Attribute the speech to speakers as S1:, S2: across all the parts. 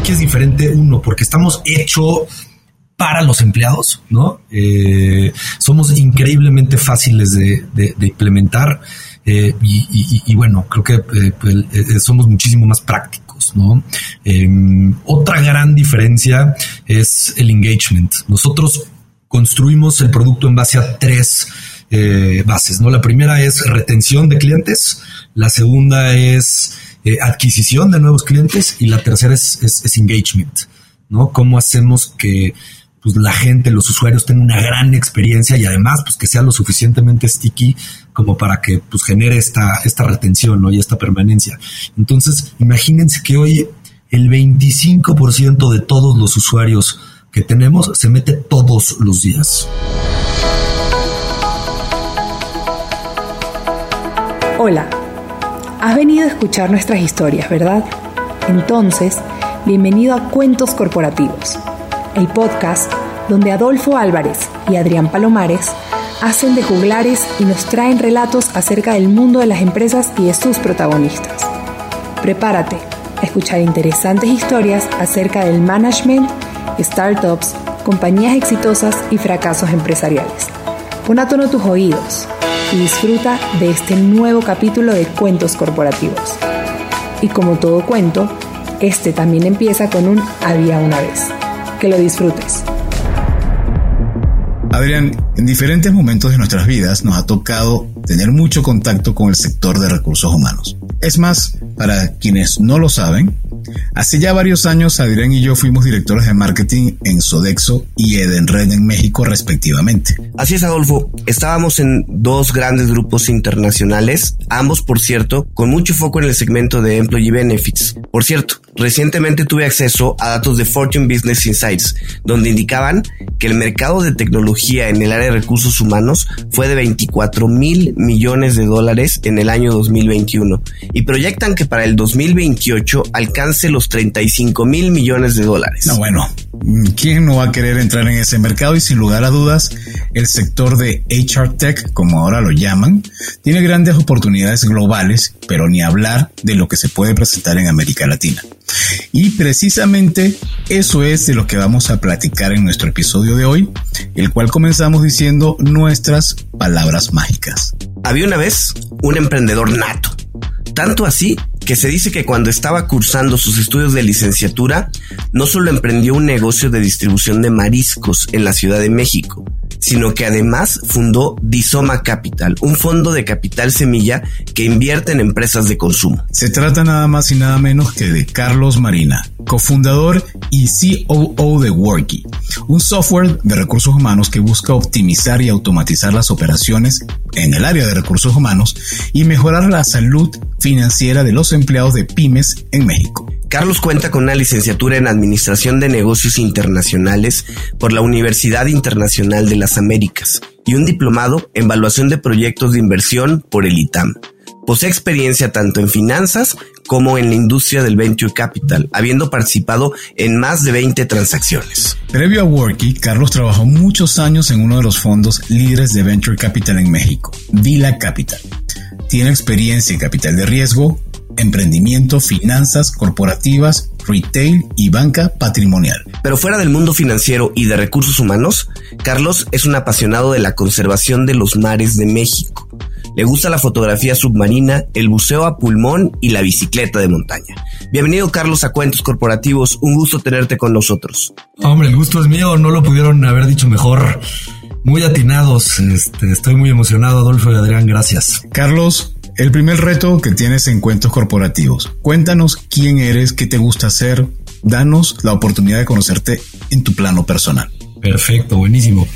S1: Worky es diferente, uno, porque estamos hechos para los empleados, ¿no? Somos increíblemente fáciles de implementar y bueno, creo que somos muchísimo más prácticos, ¿no? Otra gran diferencia es el engagement. Nosotros construimos el producto en base a tres bases, ¿no? La primera es retención de clientes, la segunda es adquisición de nuevos clientes y la tercera es engagement, ¿no? ¿Cómo hacemos que pues la gente, los usuarios tengan una gran experiencia y además pues que sea lo suficientemente sticky como para que pues genere esta retención, ¿no? Y esta permanencia. Entonces, imagínense que hoy el 25% de todos los usuarios que tenemos se mete todos los días.
S2: Hola, has venido a escuchar nuestras historias, ¿verdad? Entonces, bienvenido a Cuentos Corporativos, el podcast donde Adolfo Álvarez y Adrián Palomares hacen de juglares y nos traen relatos acerca del mundo de las empresas y de sus protagonistas. Prepárate a escuchar interesantes historias acerca del management, startups, compañías exitosas y fracasos empresariales. Pon a tono tus oídos y disfruta de este nuevo capítulo de Cuentos Corporativos. Y como todo cuento, este también empieza con un había una vez. Que lo disfrutes.
S3: Adrián, en diferentes momentos de nuestras vidas nos ha tocado tener mucho contacto con el sector de recursos humanos. Es más, para quienes no lo saben, hace ya varios años Adrián y yo fuimos directores de marketing en Sodexo y Edenred en México respectivamente.
S4: Así es, Adolfo. Estábamos en dos grandes grupos internacionales, ambos, por cierto, con mucho foco en el segmento de Employee Benefits. Por cierto, recientemente tuve acceso a datos de Fortune Business Insights, donde indicaban que el mercado de tecnología en el área de recursos humanos fue de $24,000 millones en el año 2021 y proyectan que para el 2028 alcance los $35,000 millones.
S3: No, bueno, ¿quién no va a querer entrar en ese mercado? Y sin lugar a dudas, el sector de HR Tech, como ahora lo llaman, tiene grandes oportunidades globales, pero ni hablar de lo que se puede presentar en América Latina. Y precisamente eso es de lo que vamos a platicar en nuestro episodio de hoy, el cual comenzamos diciendo nuestras palabras mágicas.
S4: Había una vez un emprendedor nato, tanto así que se dice que cuando estaba cursando sus estudios de licenciatura, no solo emprendió un negocio de distribución de mariscos en la Ciudad de México, sino que además fundó Dizoma Capital, un fondo de capital semilla que invierte en empresas de consumo.
S3: Se trata nada más y nada menos que de Carlos Marina, cofundador y COO de Worky, un software de recursos humanos que busca optimizar y automatizar las operaciones en el área de recursos humanos y mejorar la salud financiera de los empleados de pymes en México.
S4: Carlos cuenta con una licenciatura en Administración de Negocios Internacionales por la Universidad Internacional de las Américas y un diplomado en Evaluación de Proyectos de Inversión por el ITAM. Posee experiencia tanto en finanzas como en la industria del Venture Capital, habiendo participado en más de 20 transacciones.
S3: Previo a Worky, Carlos trabajó muchos años en uno de los fondos líderes de Venture Capital en México, Vila Capital. Tiene experiencia en capital de riesgo, emprendimiento, finanzas corporativas, retail y banca patrimonial.
S4: Pero fuera del mundo financiero y de recursos humanos, Carlos es un apasionado de la conservación de los mares de México. Le gusta la fotografía submarina, el buceo a pulmón y la bicicleta de montaña. Bienvenido, Carlos, a Cuentos Corporativos. Un gusto tenerte con nosotros.
S1: Hombre, el gusto es mío. No lo pudieron haber dicho mejor. Muy atinados. Estoy muy emocionado, Adolfo y Adrián. Gracias.
S3: Carlos, el primer reto que tienes en Cuentos Corporativos. Cuéntanos quién eres, qué te gusta hacer. Danos la oportunidad de conocerte en tu plano personal.
S1: Perfecto, buenísimo.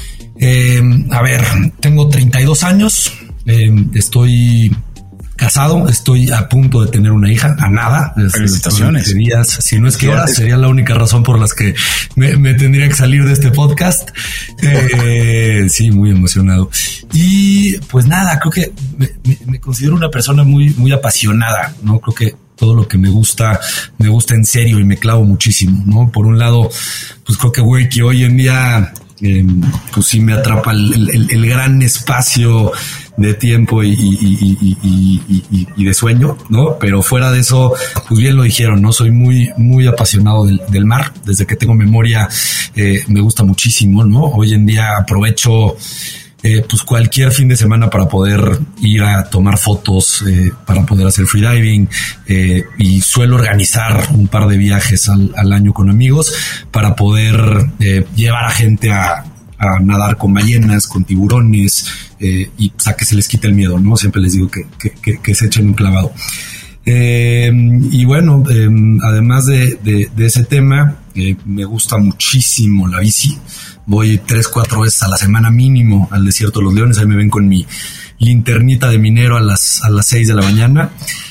S1: A ver, tengo 32 años. Estoy casado, estoy a punto de tener una hija, a nada.
S3: Felicitaciones.
S1: Días, si no es que horas, sería la única razón por las que me tendría que salir de este podcast. Sí, muy emocionado. Y pues nada, creo que me considero una persona muy apasionada, ¿no? Creo que todo lo que me gusta en serio y me clavo muchísimo, ¿no? Por un lado, pues creo que Worky hoy en día pues sí me atrapa el gran espacio de tiempo y de sueño, ¿no? Pero fuera de eso, pues bien lo dijeron, ¿no? Soy muy, muy apasionado del mar. Desde que tengo memoria, me gusta muchísimo, ¿no? Hoy en día aprovecho pues cualquier fin de semana para poder ir a tomar fotos, para poder hacer freediving, y suelo organizar un par de viajes al año con amigos para poder llevar a gente a nadar con ballenas, con tiburones, y pues, a que se les quite el miedo, ¿no? Siempre les digo que se echen un clavado. Y bueno, además de ese tema, me gusta muchísimo la bici. Voy 3-4 veces a la semana mínimo al Desierto de los Leones. Ahí me ven con mi linternita de minero a las 6 de la mañana.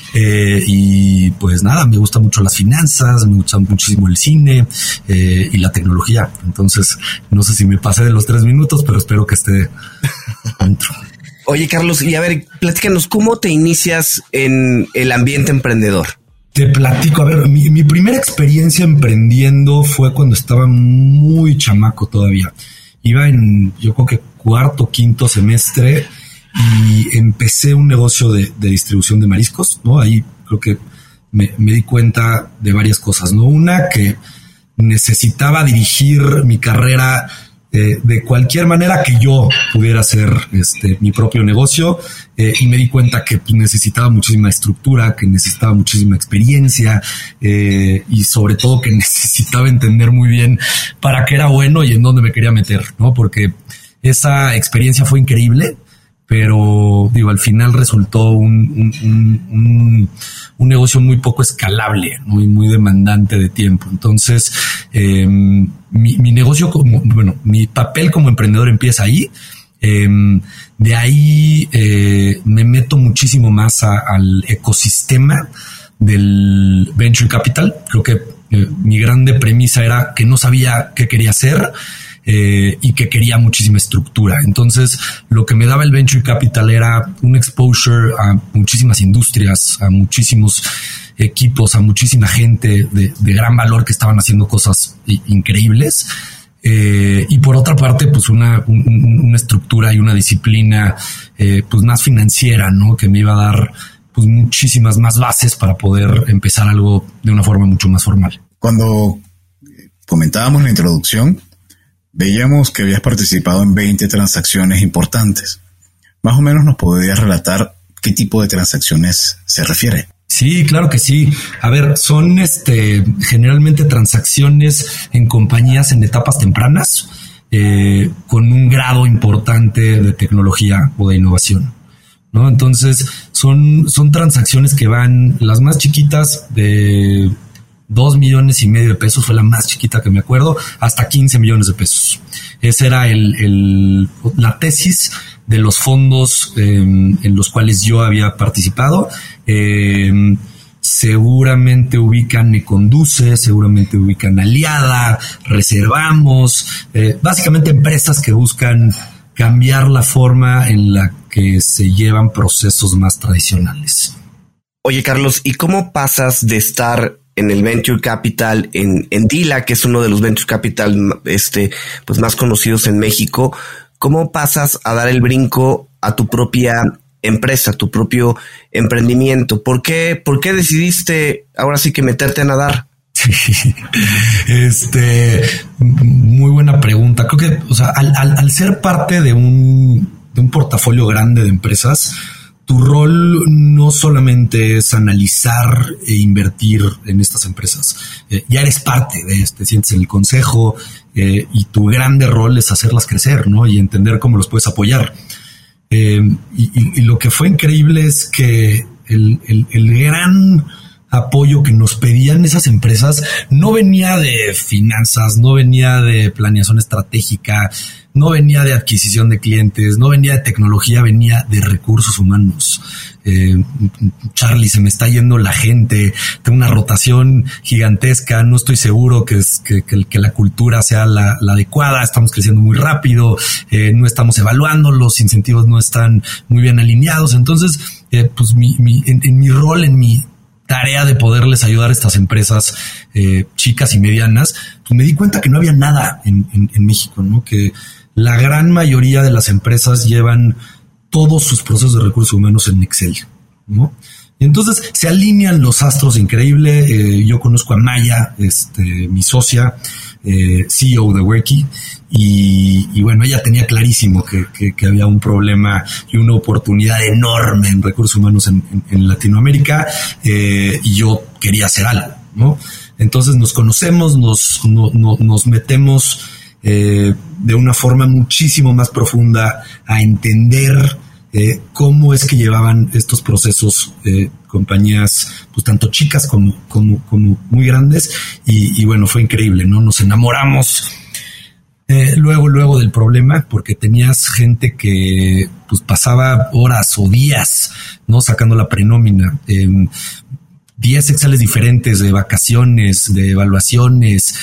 S1: Y pues nada, me gustan mucho las finanzas, me gusta muchísimo el cine, y la tecnología. Entonces, no sé si me pasé de los 3 minutos, pero espero que esté dentro.
S4: Oye, Carlos, y a ver, platícanos, ¿cómo te inicias en el ambiente emprendedor?
S1: Te platico, a ver, mi primera experiencia emprendiendo fue cuando estaba muy chamaco todavía. Iba en, yo creo que 4º, 5º semestre, y empecé un negocio de distribución de mariscos, ¿no? Ahí creo que me di cuenta de varias cosas, ¿no? Una, que necesitaba dirigir mi carrera de cualquier manera que yo pudiera hacer mi propio negocio, y me di cuenta que necesitaba muchísima estructura, que necesitaba muchísima experiencia, y sobre todo que necesitaba entender muy bien para qué era bueno y en dónde me quería meter, ¿no? Porque esa experiencia fue increíble, pero digo, al final resultó un negocio muy poco escalable, muy demandante de tiempo. Entonces, mi negocio mi papel como emprendedor empieza ahí. De ahí me meto muchísimo más al ecosistema del venture capital. Creo que mi grande premisa era que no sabía qué quería hacer, y que quería muchísima estructura. Entonces, lo que me daba el venture capital era un exposure a muchísimas industrias, a muchísimos equipos, a muchísima gente de gran valor que estaban haciendo cosas increíbles. Y por otra parte, pues una estructura y una disciplina pues más financiera, ¿no? Que me iba a dar pues muchísimas más bases para poder empezar algo de una forma mucho más formal.
S3: Cuando comentábamos en la introducción, veíamos que habías participado en 20 transacciones importantes. Más o menos nos podrías relatar qué tipo de transacciones se refiere.
S1: Sí, claro que sí. A ver, son generalmente transacciones en compañías en etapas tempranas, con un grado importante de tecnología o de innovación, ¿no? Entonces, son transacciones que van, las más chiquitas de 2,5 millones de pesos, fue la más chiquita que me acuerdo, hasta 15 millones de pesos. Esa era la tesis de los fondos en los cuales yo había participado. Seguramente ubican Econduce, seguramente ubican Aliada, Reservamos, básicamente empresas que buscan cambiar la forma en la que se llevan procesos más tradicionales.
S4: Oye, Carlos, ¿y cómo pasas de estar en el Venture Capital en Dila, que es uno de los Venture Capital pues más conocidos en México? ¿Cómo pasas a dar el brinco a tu propia empresa, tu propio emprendimiento? ¿Por qué decidiste ahora sí que meterte a nadar?
S1: Muy buena pregunta. Creo que, o sea, al ser parte de un portafolio grande de empresas, tu rol no solamente es analizar e invertir en estas empresas. Ya eres parte te sientes en el consejo, y tu grande rol es hacerlas crecer, ¿no? Y entender cómo los puedes apoyar. Y lo que fue increíble es que el gran apoyo que nos pedían esas empresas no venía de finanzas, no venía de planeación estratégica, no venía de adquisición de clientes, no venía de tecnología, venía de recursos humanos. Charlie, se me está yendo la gente, tengo una rotación gigantesca, no estoy seguro que la cultura sea la adecuada, estamos creciendo muy rápido, no estamos evaluando, los incentivos no están muy bien alineados. Entonces, pues en mi rol, en mi tarea de poderles ayudar a estas empresas chicas y medianas, pues me di cuenta que no había nada en México, ¿no? Que la gran mayoría de las empresas llevan todos sus procesos de recursos humanos en Excel, ¿no? Y entonces se alinean los astros increíble. Yo conozco a Maya, mi socia, CEO de Worky, y bueno, ella tenía clarísimo que había un problema y una oportunidad enorme en recursos humanos en Latinoamérica, y yo quería hacer algo, ¿no? Entonces nos conocemos, nos metemos de una forma muchísimo más profunda a entender cómo es que llevaban estos procesos compañías, pues tanto chicas como muy grandes, y bueno, fue increíble, ¿no? Nos enamoramos luego del problema, porque tenías gente que pues pasaba horas o días, ¿no? Sacando la prenómina, 10 Exceles diferentes de vacaciones, de evaluaciones,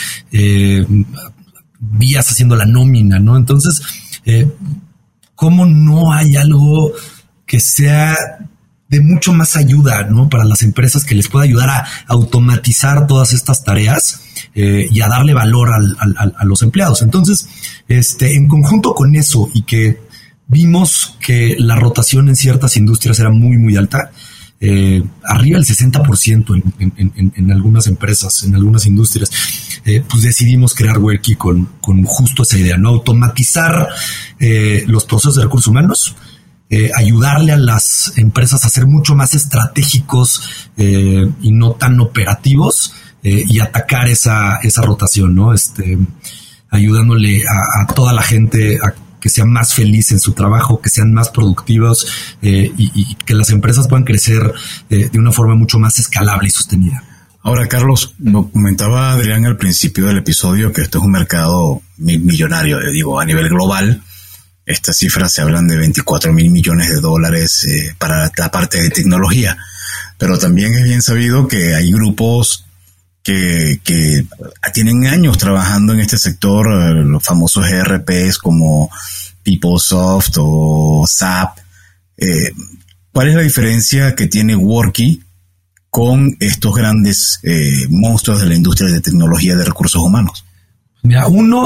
S1: días haciendo la nómina, ¿no? Entonces, ¿cómo no hay algo que sea de mucho más ayuda, ¿no? Para las empresas, que les pueda ayudar a automatizar todas estas tareas y a darle valor a los empleados. Entonces, en conjunto con eso, y que vimos que la rotación en ciertas industrias era muy, muy alta, arriba del 60% en algunas empresas, en algunas industrias, pues decidimos crear Worky con justo esa idea, ¿no? Automatizar los procesos de recursos humanos, ayudarle a las empresas a ser mucho más estratégicos y no tan operativos, y atacar esa rotación, ¿no? Ayudándole a toda la gente a que sean más felices en su trabajo, que sean más productivos, y que las empresas puedan crecer de una forma mucho más escalable y sostenida.
S3: Ahora, Carlos, lo comentaba Adrián al principio del episodio, que esto es un mercado millonario, digo, a nivel global. Estas cifras se hablan de $24 mil millones para la parte de tecnología, pero también es bien sabido que hay grupos que tienen años trabajando en este sector, los famosos ERPs como PeopleSoft o SAP. ¿Cuál es la diferencia que tiene Worky con estos grandes monstruos de la industria de tecnología de recursos humanos?
S1: Mira,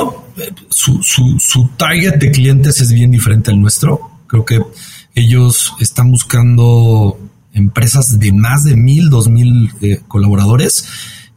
S1: su target de clientes es bien diferente al nuestro. Creo que ellos están buscando empresas de más de 1,000, 2,000 colaboradores.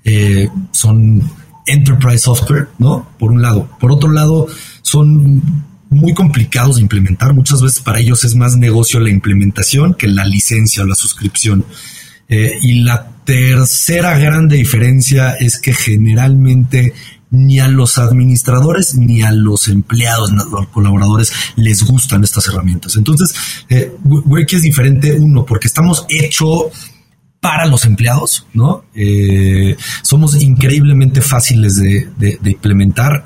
S1: Son enterprise software, ¿no? Por un lado. Por otro lado, son muy complicados de implementar. Muchas veces para ellos es más negocio la implementación que la licencia o la suscripción. Y la tercera grande diferencia es que generalmente ni a los administradores ni a los empleados, a los colaboradores les gustan estas herramientas. Entonces, Worky es diferente, uno, porque estamos hechos para los empleados, ¿no? Somos increíblemente fáciles de implementar,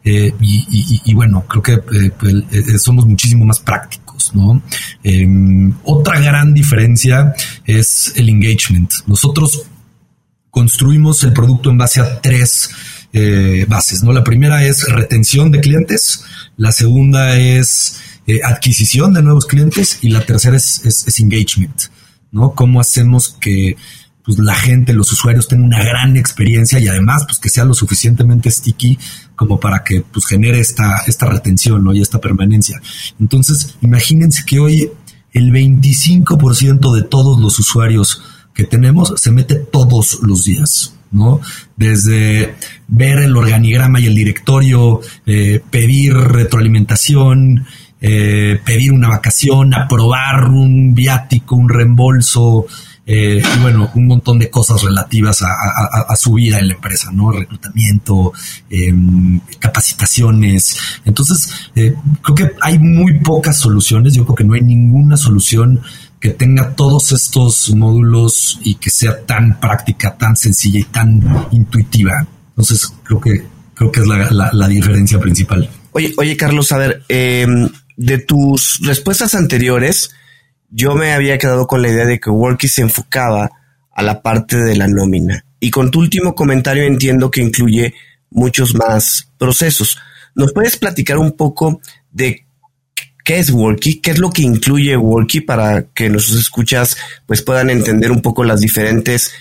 S1: y bueno, creo que somos muchísimo más prácticos, ¿no? Otra gran diferencia es el engagement. Nosotros construimos el producto en base a 3 bases, ¿no? La primera es retención de clientes, la segunda es adquisición de nuevos clientes, y la tercera es engagement, ¿no? ¿Cómo hacemos que pues la gente, los usuarios tengan una gran experiencia, y además pues que sea lo suficientemente sticky como para que pues genere esta retención, ¿no? Y esta permanencia. Entonces, imagínense que hoy el 25% de todos los usuarios que tenemos se mete todos los días, ¿no? Desde ver el organigrama y el directorio, pedir retroalimentación, pedir una vacación, aprobar un viático, un reembolso, y bueno, un montón de cosas relativas a su vida en la empresa, ¿no? Reclutamiento, capacitaciones. Entonces, creo que hay muy pocas soluciones. Yo creo que no hay ninguna solución que tenga todos estos módulos y que sea tan práctica, tan sencilla y tan intuitiva. Entonces, creo que es la diferencia principal.
S4: Oye, Carlos, a ver, de tus respuestas anteriores, yo me había quedado con la idea de que Worky se enfocaba a la parte de la nómina. Y con tu último comentario entiendo que incluye muchos más procesos. ¿Nos puedes platicar un poco de ¿qué es Worky? ¿Qué es lo que incluye Worky para que nuestros escuchas pues puedan entender un poco las diferentes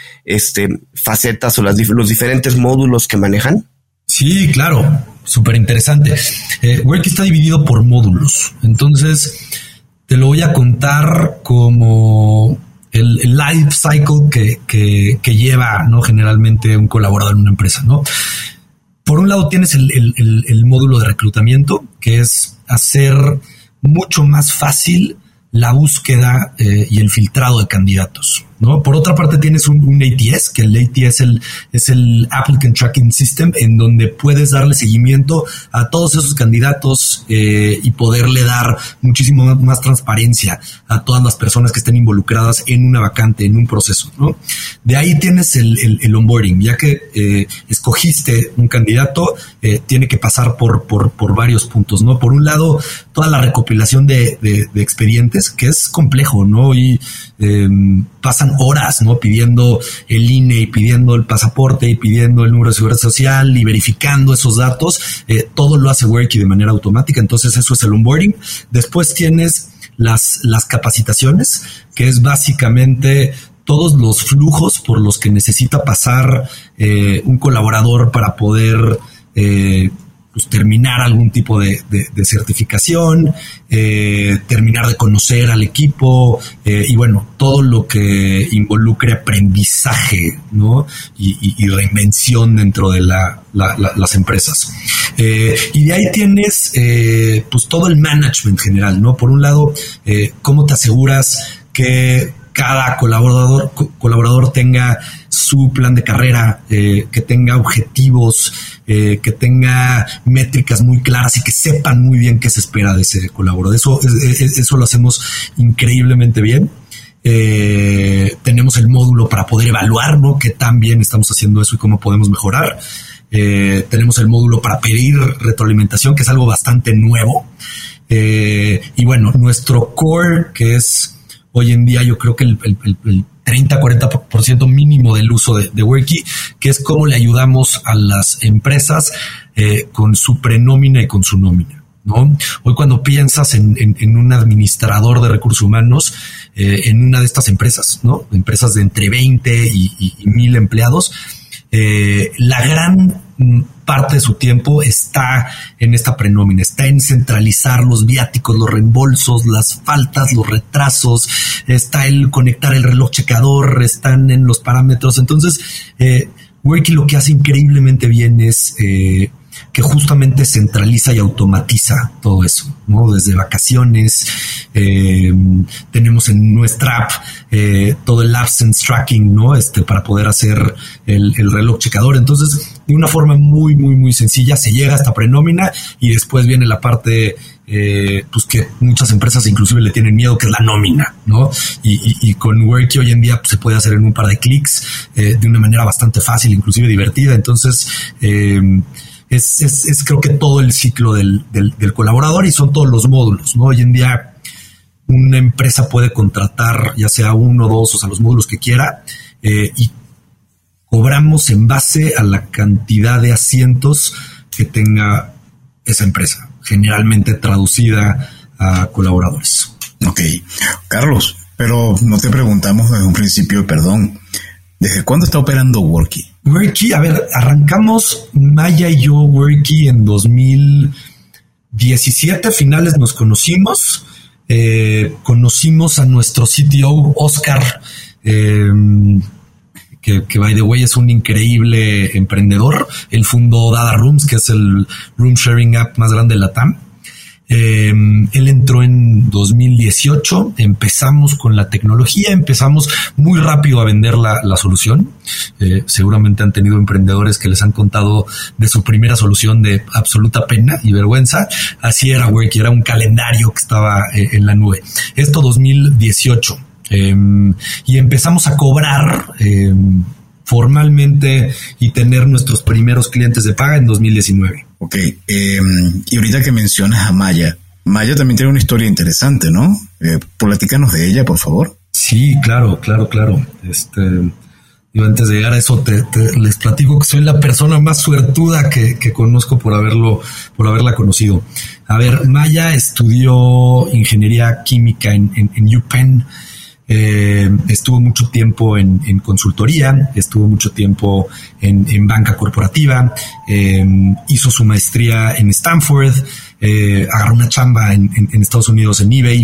S4: facetas o los diferentes módulos que manejan?
S1: Sí, claro, súper interesante. Worky está dividido por módulos, entonces te lo voy a contar como el life cycle que lleva, ¿no? Generalmente un colaborador en una empresa, ¿no? Por un lado tienes el módulo de reclutamiento, que es hacer mucho más fácil la búsqueda y el filtrado de candidatos, ¿no? Por otra parte tienes un ATS, que el ATS es el Applicant Tracking System, en donde puedes darle seguimiento a todos esos candidatos y poderle dar muchísimo más transparencia a todas las personas que estén involucradas en una vacante, en un proceso, ¿no? De ahí tienes el onboarding, ya que escogiste un candidato, tiene que pasar por varios puntos, ¿no? Por un lado, toda la recopilación de expedientes, que es complejo, ¿no? Y pasan horas, ¿no? Pidiendo el INE y pidiendo el pasaporte y pidiendo el número de seguridad social y verificando esos datos. Todo lo hace Worky de manera automática. Entonces eso es el onboarding. Después tienes las capacitaciones, que es básicamente todos los flujos por los que necesita pasar un colaborador para poder pues terminar algún tipo de certificación, terminar de conocer al equipo y bueno, todo lo que involucre aprendizaje, ¿no? Y reinvención dentro de las empresas. Y de ahí tienes pues todo el management general, ¿no? Por un lado, cómo te aseguras que cada colaborador tenga su plan de carrera, que tenga objetivos, que tenga métricas muy claras y que sepan muy bien qué se espera de ese colaborador. Eso lo hacemos increíblemente bien. Tenemos el módulo para poder evaluar, ¿no? Qué tan bien estamos haciendo eso y cómo podemos mejorar. Tenemos el módulo para pedir retroalimentación, que es algo bastante nuevo. Y bueno, nuestro core, que es hoy en día yo creo que el 30-40% mínimo del uso de Worky, que es cómo le ayudamos a las empresas con su prenómina y con su nómina, ¿no? Hoy cuando piensas en un administrador de recursos humanos en una de estas empresas, ¿no? Empresas de entre 20 y 1,000 empleados, la gran parte de su tiempo está en esta prenómina, está en centralizar los viáticos, los reembolsos, las faltas, los retrasos, está el conectar el reloj checador, están en los parámetros. Entonces, Worky lo que hace increíblemente bien es que justamente centraliza y automatiza todo eso, ¿no? Desde vacaciones, tenemos en nuestra app todo el absence tracking, ¿no? Para poder hacer el reloj checador. Entonces, de una forma muy, muy, muy sencilla se llega a esta prenómina y después viene la parte pues que muchas empresas inclusive le tienen miedo, que es la nómina, ¿no? Y con Worky hoy en día pues, se puede hacer en un par de clics de una manera bastante fácil, inclusive divertida. Entonces, es creo que todo el ciclo del colaborador y son todos los módulos, ¿no? Hoy en día una empresa puede contratar ya sea uno, dos, o sea, los módulos que quiera y cobramos en base a la cantidad de asientos que tenga esa empresa, generalmente traducida a colaboradores.
S3: Ok. Carlos, pero no te preguntamos desde un principio, perdón, ¿desde cuándo está operando Worky?
S1: Worky, a ver, arrancamos Maya y yo Worky en 2017, finales nos conocimos. Conocimos a nuestro CTO, Oscar, que by the way es un increíble emprendedor. Él fundó Dada Rooms, que es el room sharing app más grande de la TAM. Él entró en 2018, empezamos con la tecnología, empezamos muy rápido a vender la solución. Seguramente han tenido emprendedores que les han contado de su primera solución de absoluta pena y vergüenza. Así era Worky, era un calendario que estaba en la nube. Esto 2018. Y empezamos a cobrar formalmente y tener nuestros primeros clientes de paga en 2019.
S3: Ok, y ahorita que mencionas a Maya también tiene una historia interesante, ¿no? Platícanos de ella, por favor.
S1: Sí, claro. Yo antes de llegar a eso les platico que soy la persona más suertuda que conozco por haberla conocido. A ver, Maya estudió ingeniería química en UPenn. Estuvo mucho tiempo en consultoría, estuvo mucho tiempo en banca corporativa, hizo su maestría en Stanford, agarró una chamba en Estados Unidos en eBay,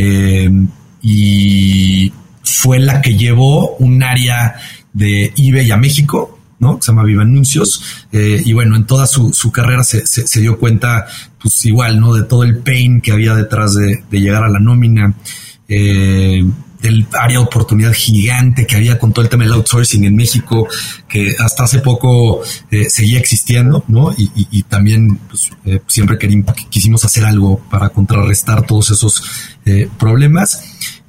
S1: y fue la que llevó un área de eBay a México, ¿no? Que se llama Viva Anuncios. Y bueno, en toda su carrera se dio cuenta, pues igual, ¿no? De todo el pain que había detrás de llegar a la nómina, del área de oportunidad gigante que había con todo el tema del outsourcing en México, que hasta hace poco seguía existiendo, ¿no? Y también pues, siempre quisimos hacer algo para contrarrestar todos esos problemas.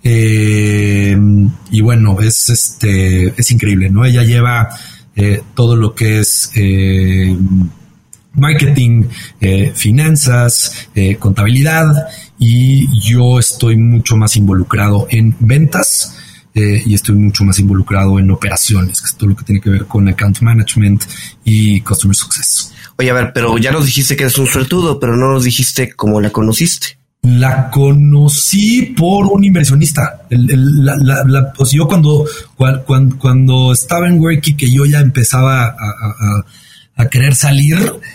S1: Y bueno, es increíble, ¿no? Ella lleva todo lo que es marketing, finanzas, contabilidad, y yo estoy mucho más involucrado en ventas y estoy mucho más involucrado en operaciones, que es todo lo que tiene que ver con account management y customer success.
S4: Oye, a ver, pero ya nos dijiste que eres un suertudo, pero no nos dijiste cómo la conociste.
S1: La conocí por un inversionista. Pues yo cuando estaba en Worky, que yo ya empezaba a querer salir,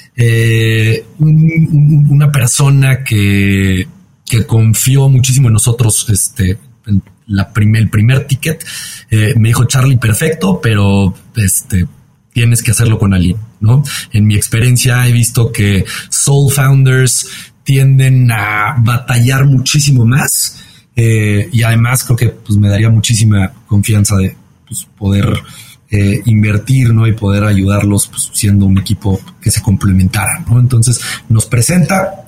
S1: una persona que confió muchísimo en nosotros, en el primer ticket, me dijo: Charlie, perfecto, pero tienes que hacerlo con alguien, ¿no? En mi experiencia he visto que soul founders tienden a batallar muchísimo más, y además creo que pues me daría muchísima confianza de pues, poder invertir, ¿no? Y poder ayudarlos pues, siendo un equipo que se complementara, ¿no? Entonces nos presenta,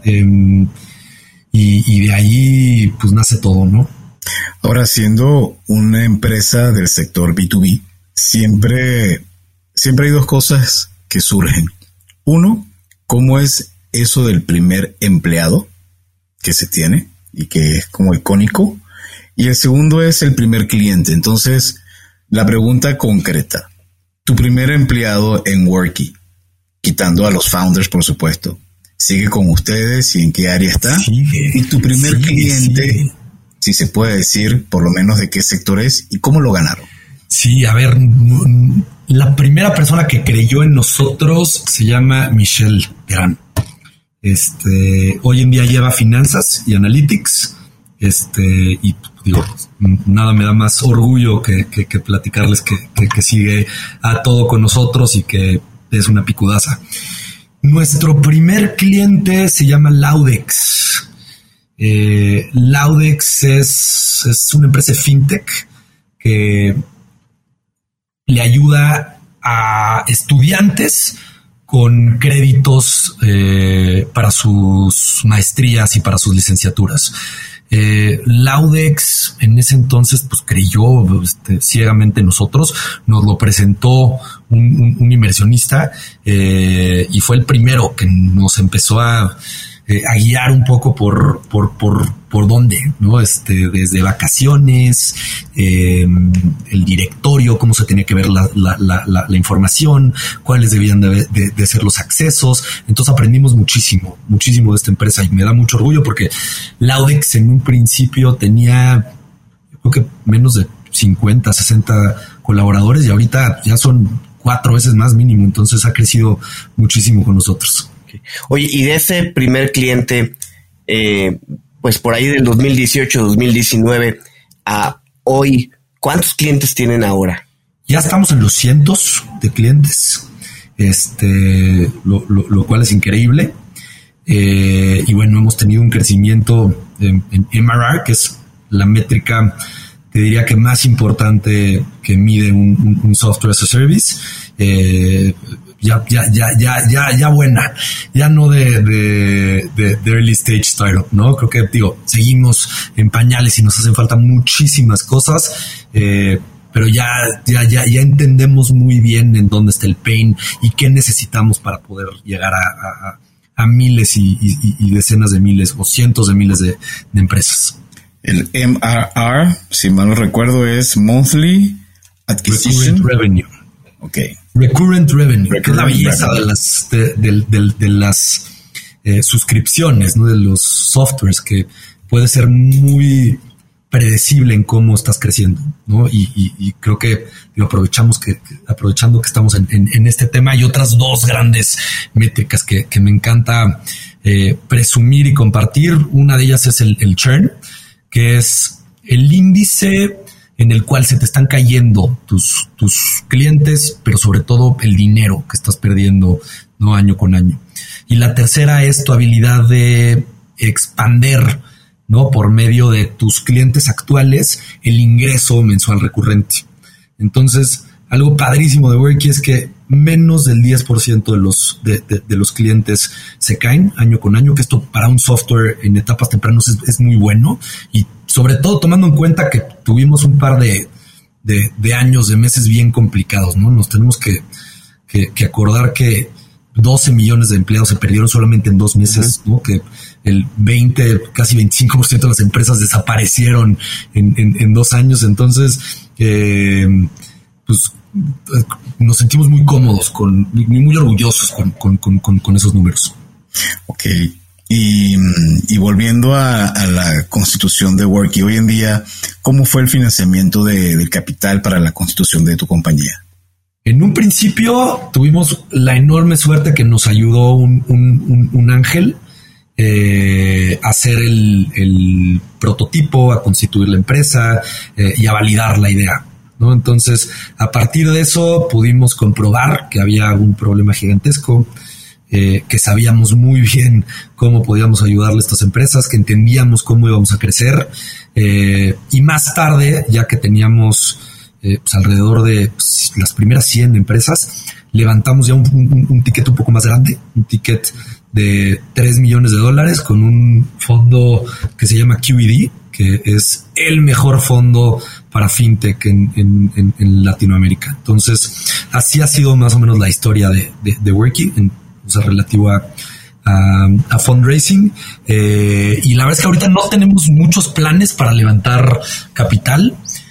S1: y de ahí pues nace todo, ¿no?
S3: Ahora, siendo una empresa del sector B2B, siempre hay dos cosas que surgen. Uno, ¿cómo es eso del primer empleado que se tiene y que es como icónico? Y el segundo es el primer cliente. Entonces, la pregunta concreta: tu primer empleado en Worky, quitando a los founders, por supuesto, ¿sigue con ustedes y en qué área está? Y tu primer cliente, si se puede decir, por lo menos de qué sector es y cómo lo ganaron.
S1: Sí, a ver, la primera persona que creyó en nosotros se llama Michelle Gran. Hoy en día lleva finanzas y analytics. Y digo, nada me da más orgullo que platicarles que sigue a todo con nosotros y que es una picudaza. Nuestro primer cliente se llama Laudex. Laudex es una empresa de fintech que le ayuda a estudiantes con créditos para sus maestrías y para sus licenciaturas. Laudex en ese entonces pues creyó ciegamente en nosotros, nos lo presentó un inversionista, y fue el primero que nos empezó a guiar un poco por dónde, ¿no? Desde vacaciones, el directorio, cómo se tenía que ver la información, cuáles debían de ser los accesos. Entonces aprendimos muchísimo de esta empresa y me da mucho orgullo porque Laudex en un principio tenía, creo que menos de 50, 60 colaboradores y ahorita ya son 4 veces más mínimo. Entonces ha crecido muchísimo con nosotros.
S4: Oye, y de ese primer cliente, pues por ahí del 2018, 2019 a hoy, ¿cuántos clientes tienen ahora?
S1: Ya estamos en los cientos de clientes, lo cual es increíble. Y bueno, hemos tenido un crecimiento en MRR, que es la métrica, te diría que más importante que mide un software as a service. Ya buena, ya no de early stage startup, ¿no? Creo que, seguimos en pañales y nos hacen falta muchísimas cosas, pero ya entendemos muy bien en dónde está el pain y qué necesitamos para poder llegar a miles y decenas de miles o cientos de miles de empresas.
S3: El MRR, si mal no recuerdo, es Monthly Acquisition.
S1: Recurrent revenue.
S3: Okay.
S1: Recurrent revenue, que es la belleza
S3: revenue.
S1: de las suscripciones, ¿no? De los softwares, que puede ser muy predecible en cómo estás creciendo, ¿no? Y creo que aprovechando que estamos en este tema, hay otras dos grandes métricas que me encanta presumir y compartir. Una de ellas es el churn, que es el índice en el cual se te están cayendo tus clientes, pero sobre todo el dinero que estás perdiendo, ¿no? Año con año. Y la tercera es tu habilidad de expander, ¿no? Por medio de tus clientes actuales, el ingreso mensual recurrente. Entonces, algo padrísimo de Worky es que menos del 10% de los clientes se caen año con año, que esto para un software en etapas tempranas es muy bueno, y sobre todo tomando en cuenta que tuvimos un par de años, de meses bien complicados, ¿no? Nos tenemos que acordar que 12 millones de empleados se perdieron solamente en 2 meses, ¿no? Que el casi 25% de las empresas desaparecieron en 2 años. Entonces, pues nos sentimos muy cómodos y muy orgullosos con esos números.
S3: Ok. Y volviendo a la constitución de Worky, hoy en día, ¿cómo fue el financiamiento del capital para la constitución de tu compañía?
S1: En un principio tuvimos la enorme suerte que nos ayudó un ángel a hacer el prototipo, a constituir la empresa y a validar la idea, ¿no? Entonces, a partir de eso pudimos comprobar que había un problema gigantesco, que sabíamos muy bien cómo podíamos ayudarle a estas empresas, que entendíamos cómo íbamos a crecer, y más tarde, ya que teníamos pues alrededor de las primeras 100 empresas, levantamos ya un ticket un poco más grande, un ticket de $3 millones con un fondo que se llama QED, que es el mejor fondo para fintech en Latinoamérica. Entonces, así ha sido más o menos la historia de Worky, o sea, relativo a fundraising. Y la verdad es que ahorita no tenemos muchos planes para levantar capital.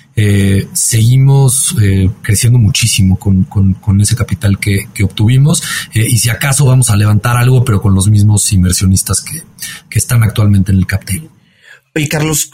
S1: Seguimos creciendo muchísimo con ese capital que obtuvimos, y si acaso vamos a levantar algo, pero con los mismos inversionistas que están actualmente en el cap table.
S4: Oye, Carlos,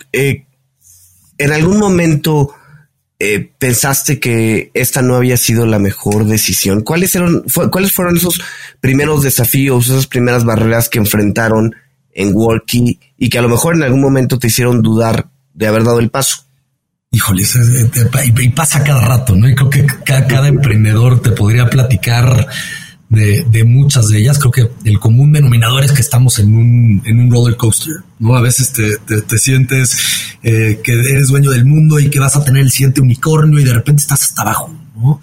S4: ¿en algún momento pensaste que esta no había sido la mejor decisión? ¿Cuáles fueron esos primeros desafíos, esas primeras barreras que enfrentaron en Worky y que a lo mejor en algún momento te hicieron dudar de haber dado el paso?
S1: Híjole, y pasa cada rato, ¿no? Y creo que cada emprendedor te podría platicar de muchas de ellas. Creo que el común denominador es que estamos en un roller coaster, ¿no? A veces te sientes que eres dueño del mundo y que vas a tener el siguiente unicornio, y de repente estás hasta abajo, ¿no?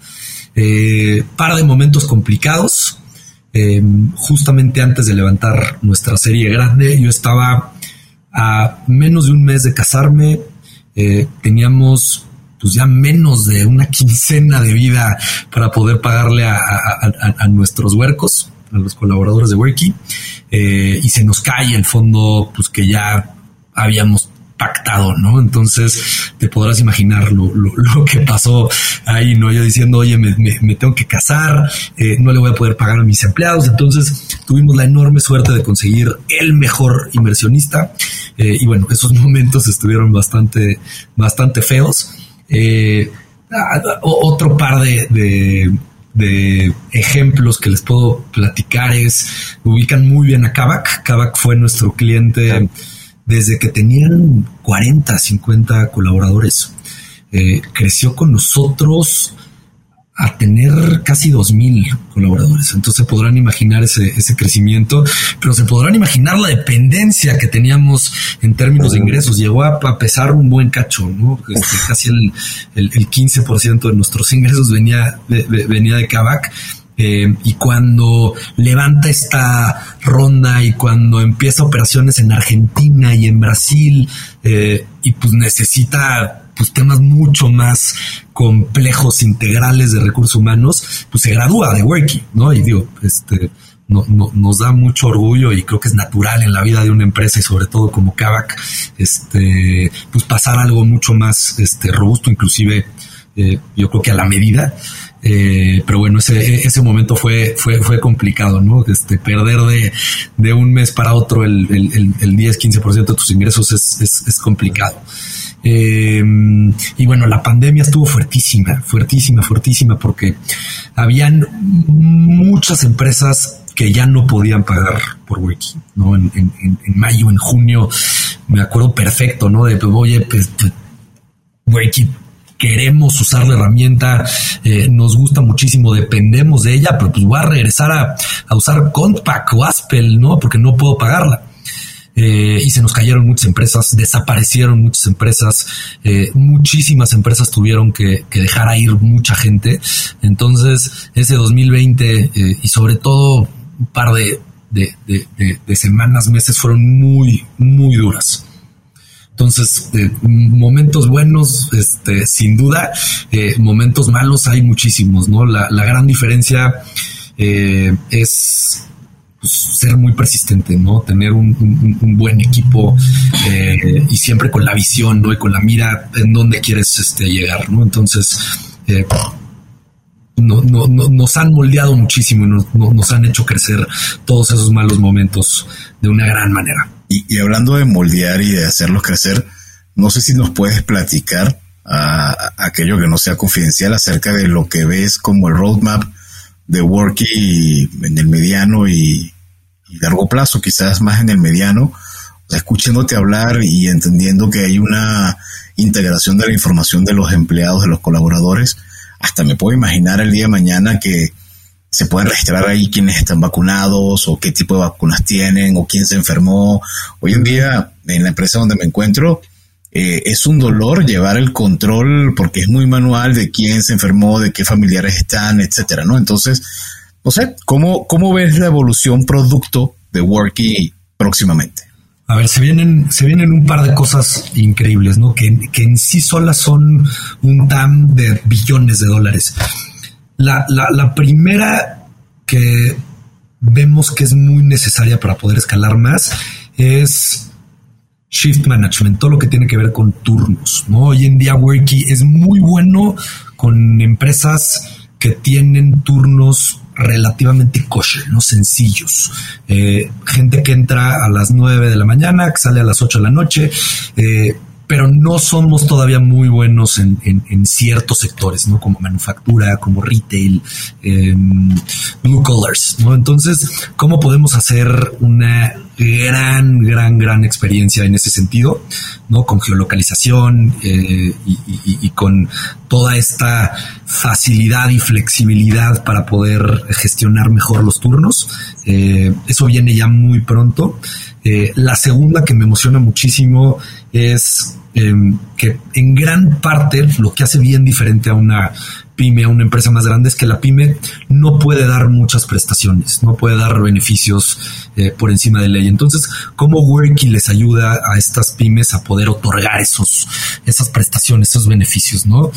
S1: Par de momentos complicados. Justamente antes de levantar nuestra serie grande, yo estaba a menos de un mes de casarme. Teníamos pues ya menos de una quincena de vida para poder pagarle a nuestros huercos, a los colaboradores de Worky, y se nos cae el fondo pues que ya habíamos pactado, ¿no? Entonces te podrás imaginar lo que pasó ahí, ¿no? Yo diciendo, oye, me tengo que casar, no le voy a poder pagar a mis empleados. Entonces tuvimos la enorme suerte de conseguir el mejor inversionista, y bueno, esos momentos estuvieron bastante feos. Otro par de ejemplos que les puedo platicar ubican muy bien a Kavak. Kavak fue nuestro cliente desde que tenían 40, 50 colaboradores. Creció con nosotros a tener casi 2,000 colaboradores. Entonces se podrán imaginar ese crecimiento, pero se podrán imaginar la dependencia que teníamos en términos de ingresos. Llegó a pesar un buen cacho, ¿no? Casi el 15% de nuestros ingresos venía de Kavak. Y cuando levanta esta ronda y cuando empieza operaciones en Argentina y en Brasil, y pues necesita pues temas mucho más complejos, integrales de recursos humanos, pues se gradúa de Worky, ¿no? Y digo, nos da mucho orgullo, y creo que es natural en la vida de una empresa, y sobre todo como Kavak, pues pasar algo mucho más robusto, inclusive yo creo que a la medida. Pero bueno, ese momento fue complicado, ¿no? Perder de un mes para otro el 10-15% de tus ingresos es complicado. Y bueno, la pandemia estuvo fuertísima, porque habían muchas empresas que ya no podían pagar por Worky, ¿no? En mayo, en junio, me acuerdo perfecto, ¿no? De, oye, pues, Worky, queremos usar la herramienta, nos gusta muchísimo, dependemos de ella, pero pues voy a regresar a usar Contpack o Aspel, ¿no? Porque no puedo pagarla. Y se nos cayeron muchas empresas, desaparecieron muchas empresas, muchísimas empresas tuvieron que dejar a ir mucha gente. Entonces, ese 2020 y sobre todo un par de semanas, meses fueron muy, muy duras. Entonces, momentos buenos, sin duda, momentos malos hay muchísimos, ¿no? La gran diferencia es pues, ser muy persistente, ¿no? Tener un buen equipo y siempre con la visión, ¿no? Y con la mira en dónde quieres llegar, ¿no? Entonces, nos han moldeado muchísimo y nos han hecho crecer todos esos malos momentos de una gran manera.
S3: Y hablando de moldear y de hacerlos crecer, no sé si nos puedes platicar aquello que no sea confidencial acerca de lo que ves como el roadmap de Worky en el mediano y largo plazo, quizás más en el mediano. O sea, escuchándote hablar y entendiendo que hay una integración de la información de los empleados, de los colaboradores, hasta me puedo imaginar el día de mañana que se pueden registrar ahí quiénes están vacunados o qué tipo de vacunas tienen o quién se enfermó. Hoy en día, en la empresa donde me encuentro, es un dolor llevar el control porque es muy manual de quién se enfermó, de qué familiares están, etcétera, ¿no? Entonces, no sé, ¿cómo ves la evolución producto de Worky próximamente?
S1: A ver, se vienen un par de cosas increíbles, ¿no? Que en sí solas son un TAM de billones de dólares. La primera que vemos que es muy necesaria para poder escalar más es shift management, todo lo que tiene que ver con turnos, ¿no? Hoy en día Worky es muy bueno con empresas que tienen turnos relativamente kosher, ¿no? Sencillos. Gente que entra a las 9 de la mañana, que sale a las 8 de la noche, pero no somos todavía muy buenos en ciertos sectores, ¿no? Como manufactura, como retail, blue collars, ¿no? Entonces, ¿cómo podemos hacer una gran experiencia en ese sentido, ¿no? Con geolocalización y con toda esta facilidad y flexibilidad para poder gestionar mejor los turnos. Eso viene ya muy pronto. La segunda que me emociona muchísimo es que en gran parte lo que hace bien diferente a una pyme, a una empresa más grande, es que la pyme no puede dar muchas prestaciones, no puede dar beneficios por encima de ley. Entonces, ¿cómo Worky les ayuda a estas pymes a poder otorgar esas prestaciones, esos beneficios, ¿no?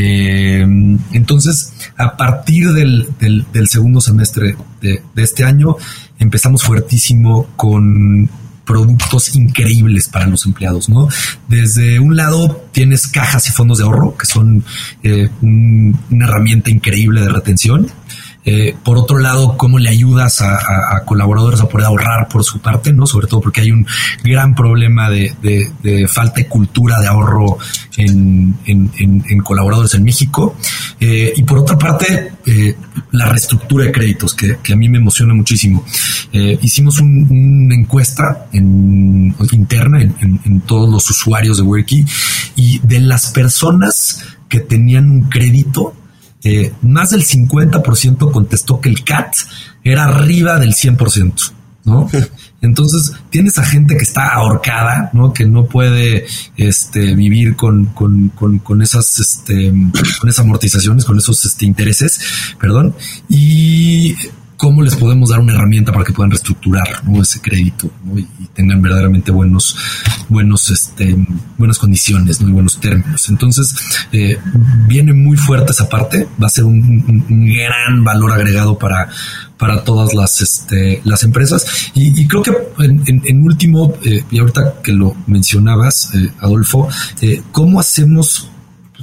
S1: Entonces, a partir del segundo semestre de este año, empezamos fuertísimo con productos increíbles para los empleados, ¿no? Desde un lado tienes cajas y fondos de ahorro, que son una herramienta increíble de retención. Por otro lado, cómo le ayudas a colaboradores a poder ahorrar por su parte, ¿no? Sobre todo porque hay un gran problema de falta de cultura de ahorro en colaboradores en México. Y por otra parte, la reestructura de créditos, que a mí me emociona muchísimo. Hicimos una encuesta interna en todos los usuarios de Worky, y de las personas que tenían un crédito, más del 50% contestó que el CAT era arriba del 100%, ¿no? Entonces tienes a gente que está ahorcada, ¿no? Que no puede vivir con esas con esas amortizaciones, con esos intereses, perdón, y cómo les podemos dar una herramienta para que puedan reestructurar, ¿no? Ese crédito, ¿no? Y tengan verdaderamente buenas condiciones, ¿no? Y buenos términos. Entonces, viene muy fuerte esa parte. Va a ser un gran valor agregado para todas las empresas. Y creo que en último, y ahorita que lo mencionabas, Adolfo, ¿cómo hacemos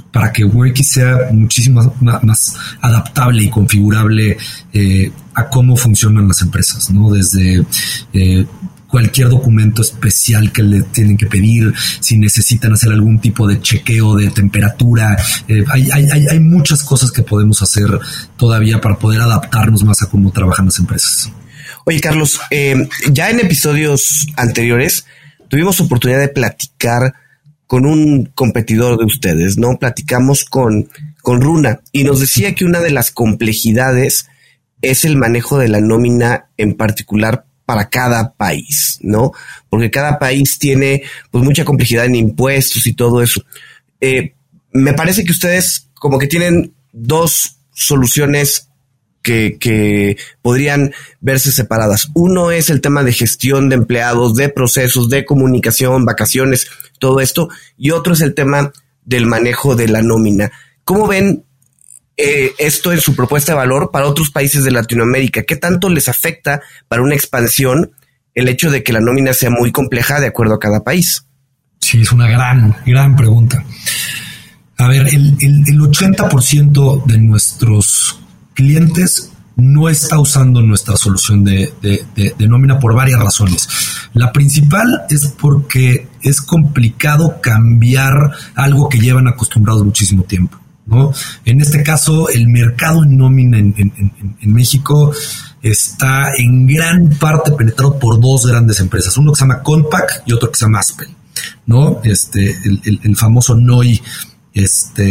S1: para que Worky sea muchísimo más adaptable y configurable a cómo funcionan las empresas, ¿no? Desde cualquier documento especial que le tienen que pedir, si necesitan hacer algún tipo de chequeo de temperatura. Hay muchas cosas que podemos hacer todavía para poder adaptarnos más a cómo trabajan las empresas.
S4: Oye, Carlos, ya en episodios anteriores tuvimos oportunidad de platicar con un competidor de ustedes, ¿no? Platicamos con Runa y nos decía que una de las complejidades es el manejo de la nómina en particular para cada país, ¿no? Porque cada país tiene pues mucha complejidad en impuestos y todo eso. Me parece que ustedes como que tienen dos soluciones que podrían verse separadas. Uno es el tema de gestión de empleados, de procesos, de comunicación, vacaciones, todo esto. Y otro es el tema del manejo de la nómina. ¿Cómo ven esto en su propuesta de valor para otros países de Latinoamérica? ¿Qué tanto les afecta para una expansión el hecho de que la nómina sea muy compleja de acuerdo a cada país?
S1: Sí, es una gran pregunta. A ver, el 80% de nuestros clientes no está usando nuestra solución de nómina por varias razones. La principal es porque es complicado cambiar algo que llevan acostumbrados muchísimo tiempo, ¿no? En este caso, el mercado en nómina en México está en gran parte penetrado por dos grandes empresas, uno que se llama Compact y otro que se llama Aspel, ¿no? El famoso NOI y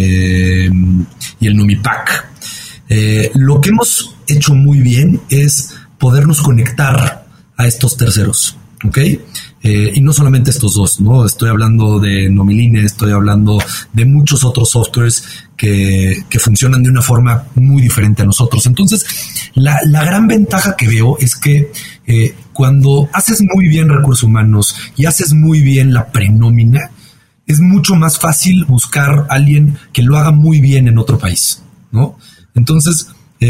S1: el Nomipac. Lo que hemos hecho muy bien es podernos conectar a estos terceros, ¿ok? Y no solamente estos dos, ¿no? Estoy hablando de Nomiline, estoy hablando de muchos otros softwares que funcionan de una forma muy diferente a nosotros. Entonces, la gran ventaja que veo es que cuando haces muy bien recursos humanos y haces muy bien la prenómina, es mucho más fácil buscar a alguien que lo haga muy bien en otro país, ¿no? Entonces,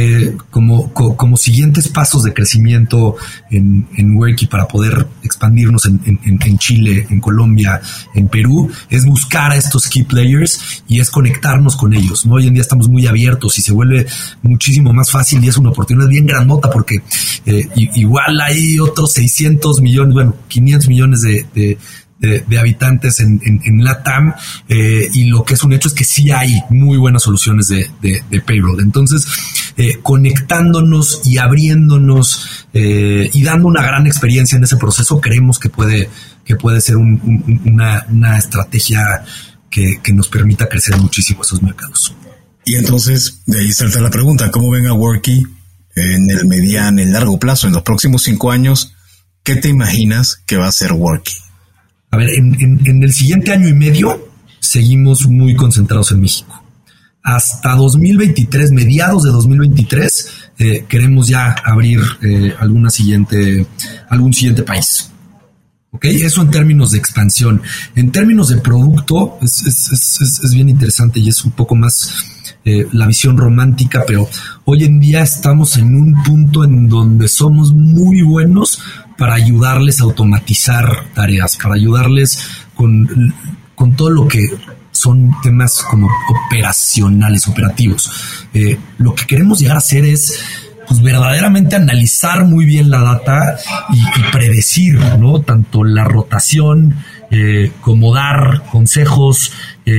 S1: como siguientes pasos de crecimiento en Worky para poder expandirnos en Chile, en Colombia, en Perú, es buscar a estos key players y es conectarnos con ellos, ¿no? Hoy en día estamos muy abiertos y se vuelve muchísimo más fácil y es una oportunidad bien grandota porque igual hay otros 600 millones, bueno, 500 millones de habitantes en LATAM, y lo que es un hecho es que sí hay muy buenas soluciones de payroll. Entonces, conectándonos y abriéndonos y dando una gran experiencia en ese proceso, creemos que puede ser una estrategia que nos permita crecer muchísimo esos mercados.
S3: Y entonces, de ahí salta la pregunta, ¿cómo ven a Worky en el mediano, en el largo plazo, en los próximos 5 años? ¿Qué te imaginas que va a ser Worky?
S1: A ver, en el siguiente año y medio seguimos muy concentrados en México. Hasta 2023, mediados de 2023, queremos ya abrir algún siguiente país. ¿Ok? Eso en términos de expansión. En términos de producto es bien interesante y es un poco más la visión romántica, pero hoy en día estamos en un punto en donde somos muy buenos para ayudarles a automatizar tareas, para ayudarles con todo lo que son temas como operacionales, operativos. Lo que queremos llegar a hacer es pues verdaderamente analizar muy bien la data y predecir, ¿no? Tanto la rotación como dar consejos,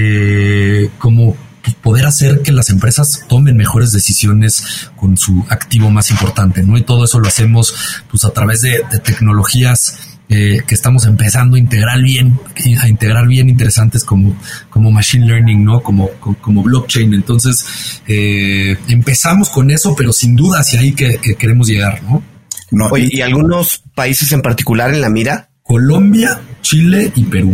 S1: como pues, poder hacer que las empresas tomen mejores decisiones con su activo más importante, ¿no? Y todo eso lo hacemos pues a través de tecnologías que estamos empezando a integrar bien interesantes como machine learning, ¿no? Como blockchain. Entonces, empezamos con eso, pero sin duda hacia ahí que queremos llegar, ¿no?
S4: Oye, ¿y algunos países en particular en la mira?
S1: Colombia, Chile y Perú.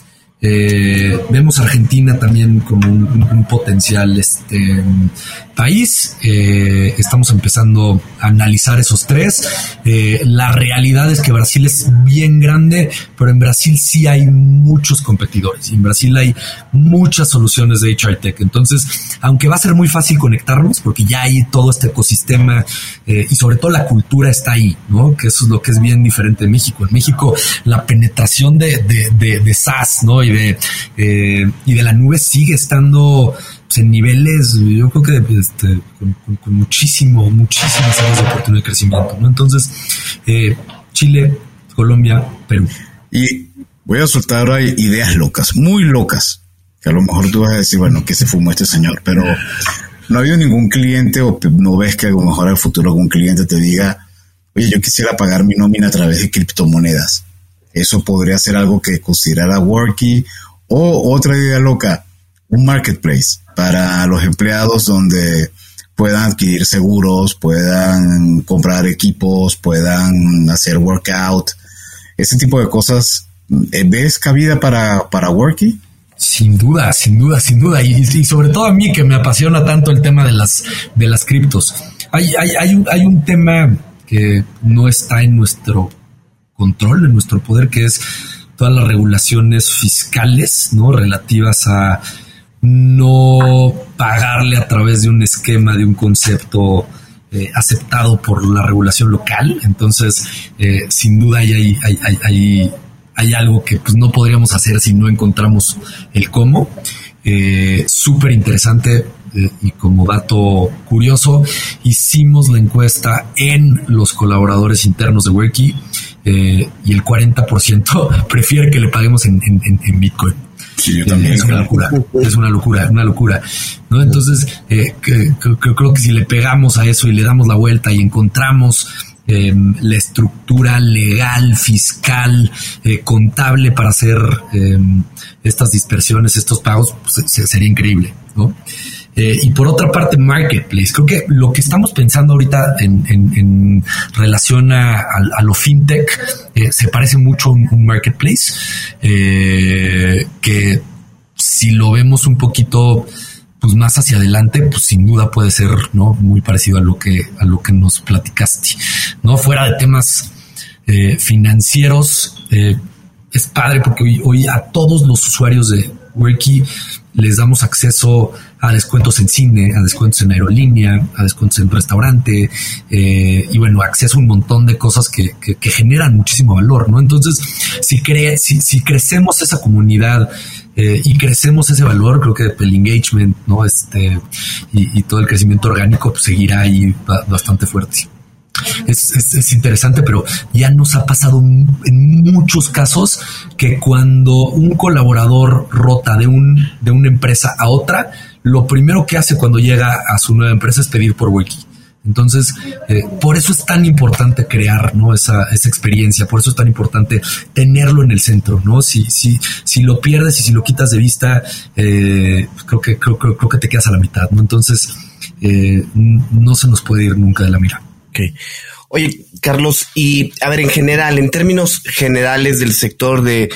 S1: Vemos Argentina también como un potencial país. Estamos empezando a analizar esos tres. La realidad es que Brasil es bien grande, pero en Brasil sí hay muchos competidores y en Brasil hay muchas soluciones de HR Tech. Entonces, aunque va a ser muy fácil conectarnos porque ya hay todo este ecosistema y sobre todo la cultura está ahí, ¿no? Que eso es lo que es bien diferente de México. En México la penetración de SaaS, ¿no? y de la nube sigue estando pues, en niveles, yo creo que con muchísimas áreas de oportunidad de crecimiento, ¿no? Entonces, Chile, Colombia, Perú.
S3: Y voy a soltar ahora ideas locas, muy locas, que a lo mejor tú vas a decir, bueno, ¿qué se fumó este señor? Pero no ha habido ningún cliente, o no ves que a lo mejor al futuro algún cliente te diga, oye, yo quisiera pagar mi nómina a través de criptomonedas. Eso podría ser algo que considerara Worky. O otra idea loca, un marketplace para los empleados donde puedan adquirir seguros, puedan comprar equipos, puedan hacer workout. Ese tipo de cosas, ¿ves cabida para Worky?
S1: Sin duda. Y sobre todo a mí que me apasiona tanto el tema de las criptos. Hay un tema que no está en nuestro control, en nuestro poder, que es todas las regulaciones fiscales, ¿no? Relativas a no pagarle a través de un esquema, de un concepto aceptado por la regulación local. Entonces, sin duda hay algo que pues no podríamos hacer si no encontramos el cómo. Súper interesante. Y como dato curioso, hicimos la encuesta en los colaboradores internos de Worky y el 40% prefiere que le paguemos en Bitcoin.
S3: Sí, yo también.
S1: Es una locura, ¿no? Entonces, creo que si le pegamos a eso y le damos la vuelta y encontramos la estructura legal, fiscal, contable para hacer estas dispersiones, estos pagos, pues, sería increíble, ¿no? Y por otra parte, marketplace. Creo que lo que estamos pensando ahorita en relación a lo fintech se parece mucho a un marketplace que si lo vemos un poquito pues más hacia adelante, pues sin duda puede ser, ¿no? Muy parecido a lo que nos platicaste, ¿no? Fuera de temas financieros, es padre porque hoy a todos los usuarios de Worky les damos acceso a descuentos en cine, a descuentos en aerolínea, a descuentos en restaurante, y bueno, acceso a un montón de cosas que generan muchísimo valor, ¿no? Entonces, si crecemos esa comunidad y crecemos ese valor, creo que el engagement, ¿no? Y todo el crecimiento orgánico pues, seguirá ahí bastante fuerte. Es interesante, pero ya nos ha pasado en muchos casos que cuando un colaborador rota de una empresa a otra, lo primero que hace cuando llega a su nueva empresa es pedir por Worky. Entonces, por eso es tan importante crear, ¿no? esa experiencia, por eso es tan importante tenerlo en el centro, ¿no? Si lo pierdes y si lo quitas de vista, creo que te quedas a la mitad, ¿no? Entonces, no se nos puede ir nunca de la mira.
S4: Okay. Oye, Carlos, y a ver, en general, en términos generales del sector de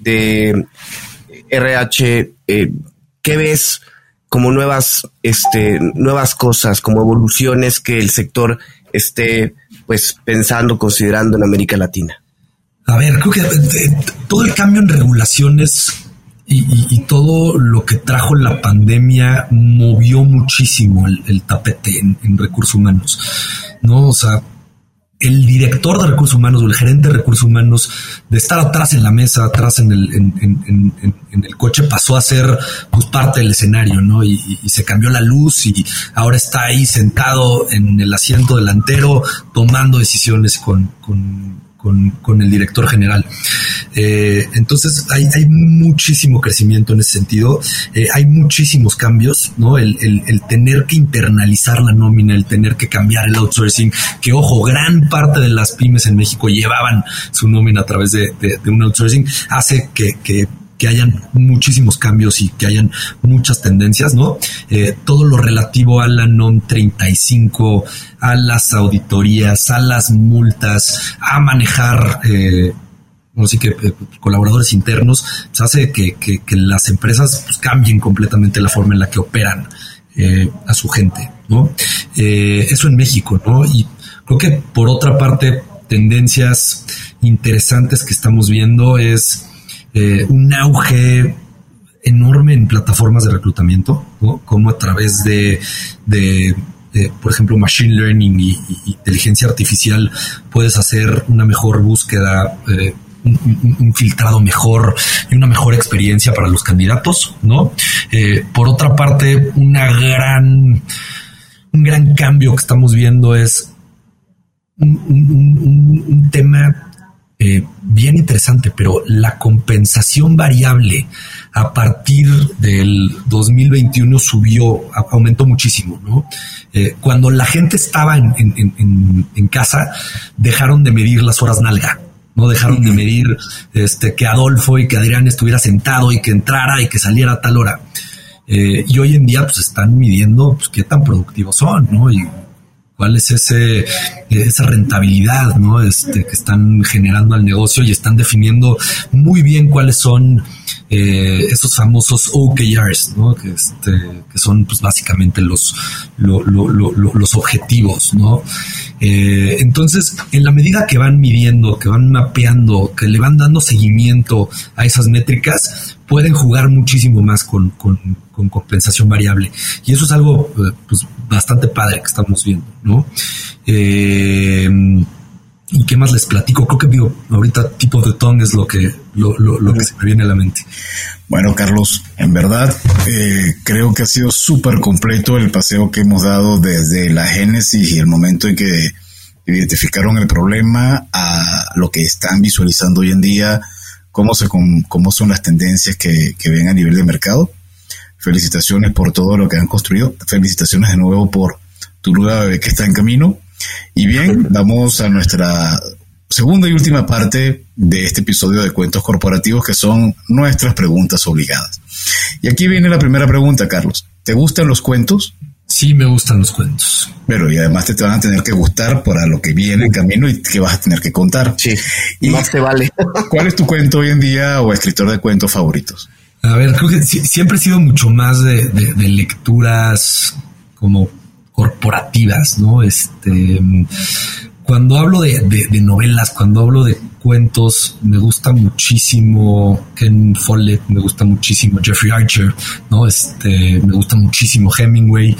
S4: RH, ¿qué ves como nuevas cosas, como evoluciones que el sector esté pues pensando, considerando en América Latina?
S1: A ver, creo que todo el cambio en regulaciones y todo lo que trajo la pandemia movió muchísimo el tapete en recursos humanos, ¿no? O sea, el director de recursos humanos o el gerente de recursos humanos, de estar atrás en la mesa, atrás en el coche, pasó a ser pues parte del escenario, ¿no? Y se cambió la luz y ahora está ahí sentado en el asiento delantero tomando decisiones con el director general. Entonces hay muchísimo crecimiento en ese sentido. Hay muchísimos cambios, ¿no? El tener que internalizar la nómina, el tener que cambiar el outsourcing, que ojo, gran parte de las pymes en México llevaban su nómina a través de un outsourcing, hace que hayan muchísimos cambios y que hayan muchas tendencias, ¿no? Todo lo relativo a la NOM 35, a las auditorías, a las multas, a manejar así que colaboradores internos, pues hace que las empresas pues, cambien completamente la forma en la que operan a su gente, ¿no? Eso en México, ¿no? Y creo que por otra parte, tendencias interesantes que estamos viendo es un auge enorme en plataformas de reclutamiento, ¿no? Como a través de por ejemplo, machine learning y inteligencia artificial puedes hacer una mejor búsqueda un filtrado mejor y una mejor experiencia para los candidatos, ¿no? Por otra parte, un gran cambio que estamos viendo es un tema bien interesante, pero la compensación variable a partir del 2021 aumentó muchísimo, ¿no? Cuando la gente estaba en casa, dejaron de medir las horas nalga, no dejaron de medir que Adolfo y que Adrián estuviera sentado y que entrara y que saliera a tal hora. Y hoy en día pues están midiendo pues, qué tan productivos son, ¿no? Y cuál es esa rentabilidad, ¿no? Que están generando al negocio, y están definiendo muy bien cuáles son esos famosos OKRs, ¿no? Que son pues básicamente los objetivos, ¿no? Entonces, en la medida que van midiendo, que van mapeando, que le van dando seguimiento a esas métricas, pueden jugar muchísimo más con compensación variable. Y eso es algo pues bastante padre que estamos viendo, ¿no? ¿Y qué más les platico? Creo que ahorita Tip of the Tongue es lo que se me viene a la mente.
S3: Bueno, Carlos, en verdad creo que ha sido súper completo el paseo que hemos dado desde la génesis y el momento en que identificaron el problema a lo que están visualizando hoy en día, cómo son las tendencias que ven a nivel de mercado. Felicitaciones por todo lo que han construido. Felicitaciones de nuevo por tu nueva bebé que está en camino. Y bien, vamos a nuestra segunda y última parte de este episodio de Cuentos Corporativos, que son nuestras preguntas obligadas. Y aquí viene la primera pregunta, Carlos. ¿Te gustan los cuentos?
S1: Sí, me gustan los cuentos.
S3: Pero y además te van a tener que gustar para lo que viene en camino y que vas a tener que contar.
S4: Sí,
S3: y
S4: más te vale.
S3: ¿Cuál es tu cuento hoy en día o escritor de cuentos favoritos?
S1: A ver, creo que siempre he sido mucho más de lecturas como corporativas, ¿no? Cuando hablo de novelas, cuando hablo de cuentos, me gusta muchísimo Ken Follett, me gusta muchísimo Jeffrey Archer, ¿no? Me gusta muchísimo Hemingway.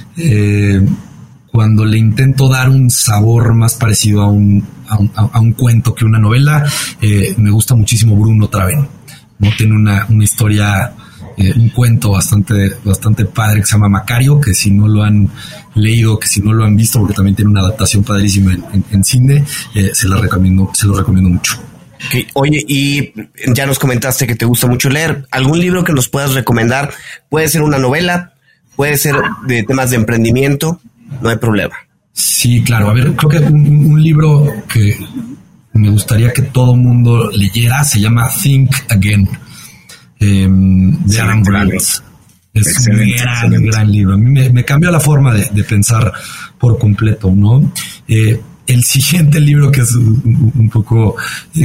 S1: Cuando le intento dar un sabor más parecido a un cuento que una novela, me gusta muchísimo Bruno Traven, ¿no? Tiene una historia, un cuento bastante padre que se llama Macario, que si no lo han leído, que si no lo han visto, porque también tiene una adaptación padrísima en cine, se lo recomiendo mucho.
S4: Okay. Oye, y ya nos comentaste que te gusta mucho leer. ¿Algún libro que nos puedas recomendar? Puede ser una novela, puede ser de temas de emprendimiento, no hay problema.
S1: Sí, claro. A ver, creo que un libro que me gustaría que todo mundo leyera se llama Think Again, de Adam Grant. Es un gran libro. A mí me cambió la forma de pensar por completo, ¿no? El siguiente libro, que es un poco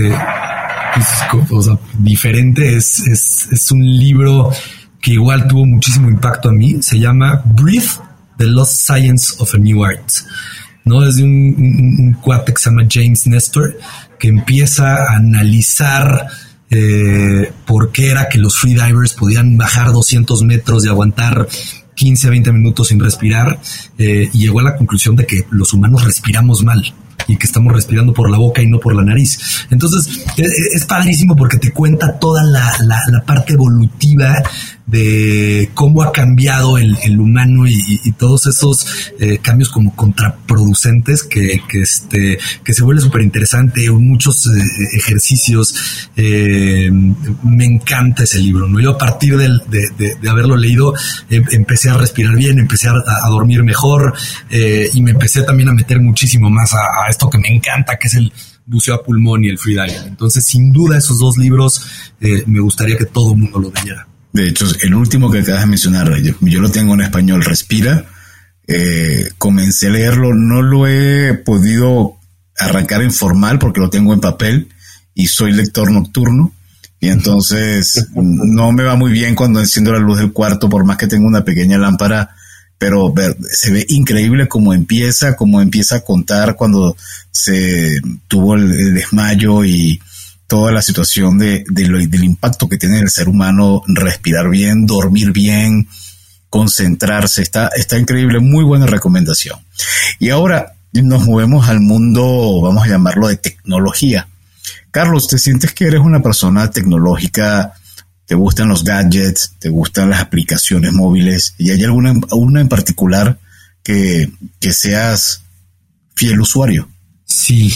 S1: diferente, es un libro que igual tuvo muchísimo impacto a mí. Se llama Breathe, The Lost Science of a New Art, ¿no? Es de un cuate que se llama James Nestor, que empieza a analizar por qué era que los freedivers podían bajar 200 metros y aguantar 15 a 20 minutos sin respirar, y llegó a la conclusión de que los humanos respiramos mal y que estamos respirando por la boca y no por la nariz. Entonces es padrísimo porque te cuenta toda la parte evolutiva de cómo ha cambiado el humano y todos esos cambios como contraproducentes que se vuelve súper interesante, muchos ejercicios. Me encanta ese libro, ¿no? Yo a partir de haberlo leído empecé a respirar bien, empecé a dormir mejor, y me empecé también a meter muchísimo más a esto que me encanta, que es el buceo a pulmón y el freediving. Entonces, sin duda, esos dos libros me gustaría que todo el mundo lo leyera.
S3: De hecho, el último que acabas de mencionar, yo lo tengo en español, Respira. Comencé a leerlo, no lo he podido arrancar en formal porque lo tengo en papel y soy lector nocturno. Y entonces no me va muy bien cuando enciendo la luz del cuarto, por más que tenga una pequeña lámpara, pero se ve increíble cómo empieza a contar cuando se tuvo el desmayo y toda la situación del impacto que tiene en el ser humano, respirar bien, dormir bien, concentrarse. Está increíble, muy buena recomendación. Y ahora nos movemos al mundo, vamos a llamarlo de tecnología. Carlos, ¿te sientes que eres una persona tecnológica? ¿Te gustan los gadgets? ¿Te gustan las aplicaciones móviles? ¿Y hay alguna en particular que seas fiel usuario?
S1: Sí.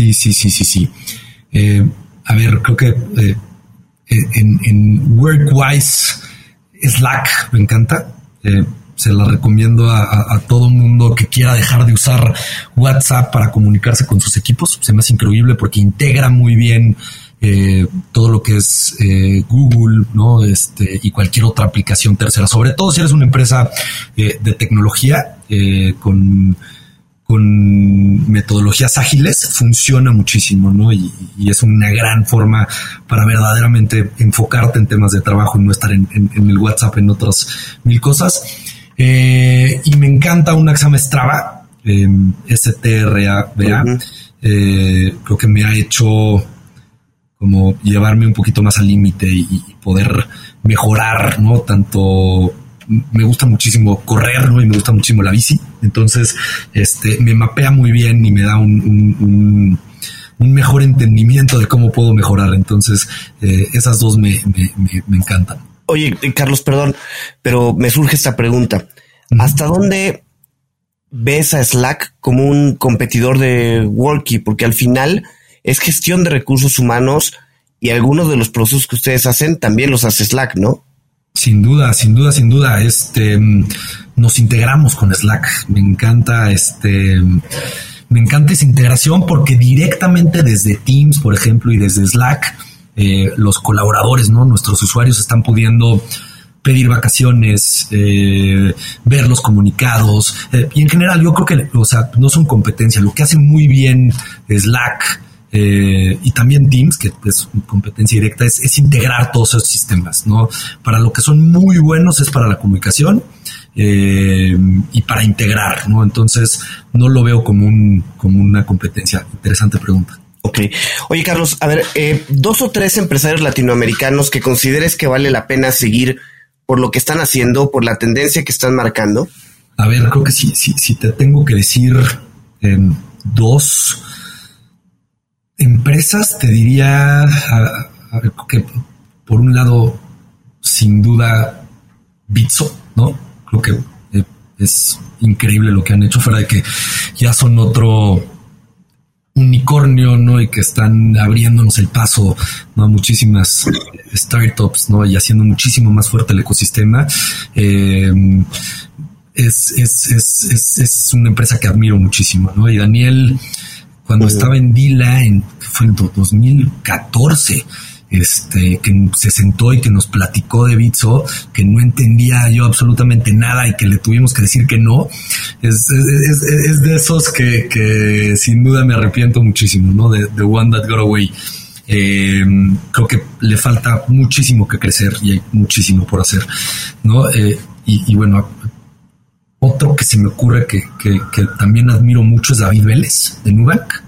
S1: A ver, creo que en Workwise, Slack me encanta. Se la recomiendo a todo mundo que quiera dejar de usar WhatsApp para comunicarse con sus equipos. Se me hace increíble porque integra muy bien todo lo que es Google, ¿no? Y cualquier otra aplicación tercera. Sobre todo si eres una empresa de tecnología con metodologías ágiles, funciona muchísimo, ¿no? Y es una gran forma para verdaderamente enfocarte en temas de trabajo y no estar en el WhatsApp en otras mil cosas. Y me encanta una que se llama Strava, STRAVA. Creo que me ha hecho como llevarme un poquito más al límite y poder mejorar, ¿no? Tanto me gusta muchísimo correr, ¿no? Y me gusta muchísimo la bici. Entonces, me mapea muy bien y me da un mejor entendimiento de cómo puedo mejorar. Entonces, esas dos me encantan.
S4: Oye, Carlos, perdón, pero me surge esta pregunta. ¿Hasta dónde ves a Slack como un competidor de Worky? Porque al final es gestión de recursos humanos y algunos de los procesos que ustedes hacen también los hace Slack, ¿no?
S1: Sin duda. Nos integramos con Slack. Me encanta esa integración porque directamente desde Teams, por ejemplo, y desde Slack, los colaboradores, ¿no? Nuestros usuarios están pudiendo pedir vacaciones, ver los comunicados, y en general yo creo que, no son competencia. Lo que hace muy bien Slack y también Teams, que es competencia directa, es integrar todos esos sistemas, ¿no? Para lo que son muy buenos es para la comunicación y para integrar, ¿no? Entonces no lo veo como una competencia. Interesante pregunta.
S4: Ok. Oye, Carlos, a ver, 2 o 3 empresarios latinoamericanos que consideres que vale la pena seguir por lo que están haciendo, por la tendencia que están marcando.
S1: A ver, creo que si te tengo que decir 2 empresas, te diría que por un lado, sin duda, Bitso, ¿no? Creo que es increíble lo que han hecho, fuera de que ya son otro unicornio, ¿no? Y que están abriéndonos el paso, ¿no? Muchísimas startups, ¿no? Y haciendo muchísimo más fuerte el ecosistema. Es una empresa que admiro muchísimo, ¿no? Y Daniel, cuando estaba en Dila, fue en 2014, que se sentó y que nos platicó de Bitso, que no entendía yo absolutamente nada y que le tuvimos que decir que no. Es de esos que sin duda me arrepiento muchísimo, ¿no? De One That Got Away. Creo que le falta muchísimo que crecer y hay muchísimo por hacer, ¿no? Y bueno, otro que se me ocurre que también admiro mucho es David Vélez de Nubank.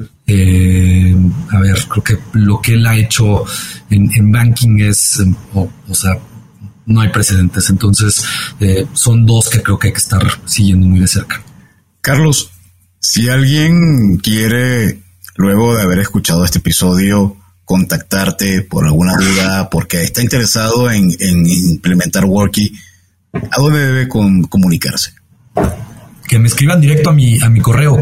S1: A ver, creo que lo que él ha hecho en banking es, no hay precedentes. Entonces, son 2 que creo que hay que estar siguiendo muy de cerca.
S3: Carlos, si alguien quiere, luego de haber escuchado este episodio, contactarte por alguna duda, porque está interesado en implementar Worky, ¿a dónde debe comunicarse?
S1: Que me escriban directo a mi correo,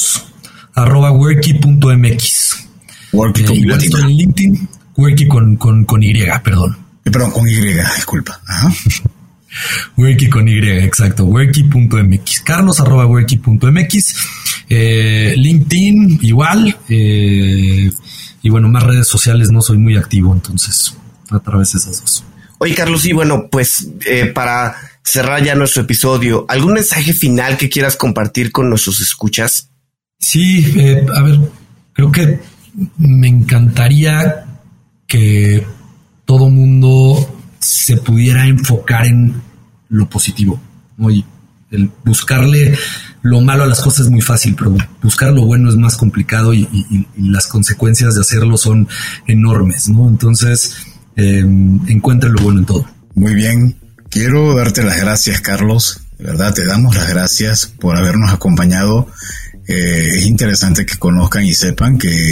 S1: carlos@worky.mx. Igual estoy en LinkedIn, Worky con Y, perdón.
S3: Perdón, con Y, disculpa. Ajá.
S1: Worky con Y, exacto. Worky.mx. Carlos@worky.mx. LinkedIn, igual. Y bueno, más redes sociales no soy muy activo, entonces a través de esas 2.
S4: Oye, Carlos, y bueno, pues para cerrar ya nuestro episodio, ¿algún mensaje final que quieras compartir con nuestros escuchas?
S1: Sí, a ver, creo que me encantaría que todo mundo se pudiera enfocar en lo positivo, ¿no? Y el buscarle lo malo a las cosas es muy fácil, pero buscar lo bueno es más complicado y las consecuencias de hacerlo son enormes, ¿no? Entonces, encuentre lo bueno en todo.
S3: Muy bien. Quiero darte las gracias, Carlos. De verdad, te damos las gracias por habernos acompañado. Es interesante que conozcan y sepan que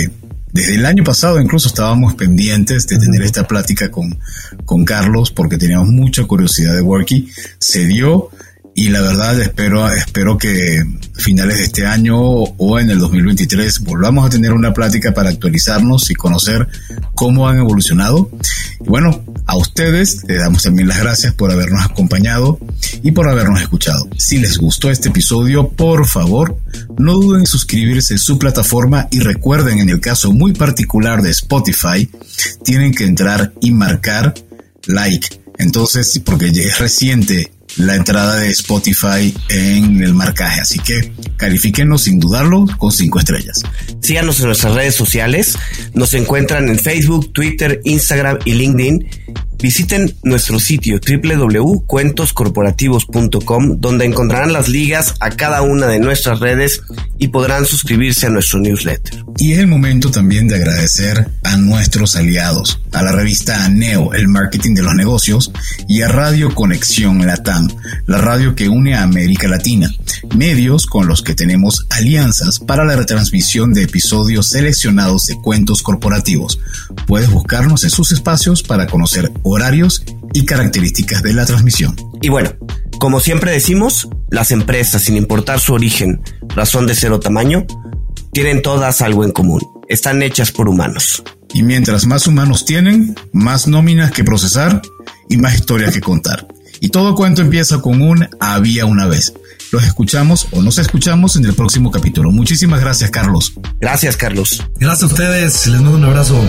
S3: Desde el año pasado incluso estábamos pendientes de tener esta plática con Carlos porque teníamos mucha curiosidad de Worky. Se dio y la verdad espero que a finales de este año o en el 2023 volvamos a tener una plática para actualizarnos y conocer cómo han evolucionado. Y bueno, a ustedes les damos también las gracias por habernos acompañado y por habernos escuchado. Si les gustó este episodio, por favor, no duden en suscribirse en su plataforma y recuerden, en el caso muy particular de Spotify, tienen que entrar y marcar like. Entonces, porque es reciente la entrada de Spotify en el marcaje, así que califíquenos sin dudarlo con 5 estrellas.
S4: Síganos en nuestras redes sociales, nos encuentran en Facebook, Twitter, Instagram y LinkedIn. Visiten nuestro sitio www.cuentoscorporativos.com, donde encontrarán las ligas a cada una de nuestras redes y podrán suscribirse a nuestro newsletter.
S3: Y es el momento también de agradecer a nuestros aliados, a la revista ANEO, el marketing de los negocios, y a Radio Conexión Latam, la radio que une a América Latina, medios con los que tenemos alianzas para la retransmisión de episodios seleccionados de Cuentos Corporativos. Puedes buscarnos en sus espacios para conocer horarios y características de la transmisión.
S4: Y bueno, como siempre decimos, las empresas, sin importar su origen, razón de ser o tamaño, tienen todas algo en común. Están hechas por humanos.
S3: Y mientras más humanos tienen, más nóminas que procesar y más historias que contar. Y todo cuento empieza con un había una vez. Los escuchamos o nos escuchamos en el próximo capítulo. Muchísimas gracias, Carlos.
S4: Gracias, Carlos.
S1: Gracias a ustedes. Les mando un abrazo.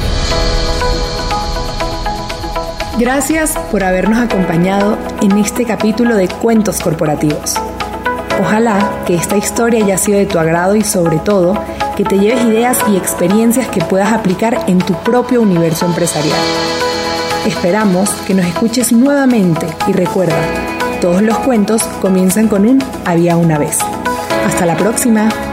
S2: Gracias por habernos acompañado en este capítulo de Cuentos Corporativos. Ojalá que esta historia haya sido de tu agrado y sobre todo que te lleves ideas y experiencias que puedas aplicar en tu propio universo empresarial. Esperamos que nos escuches nuevamente y recuerda, todos los cuentos comienzan con un había una vez. Hasta la próxima.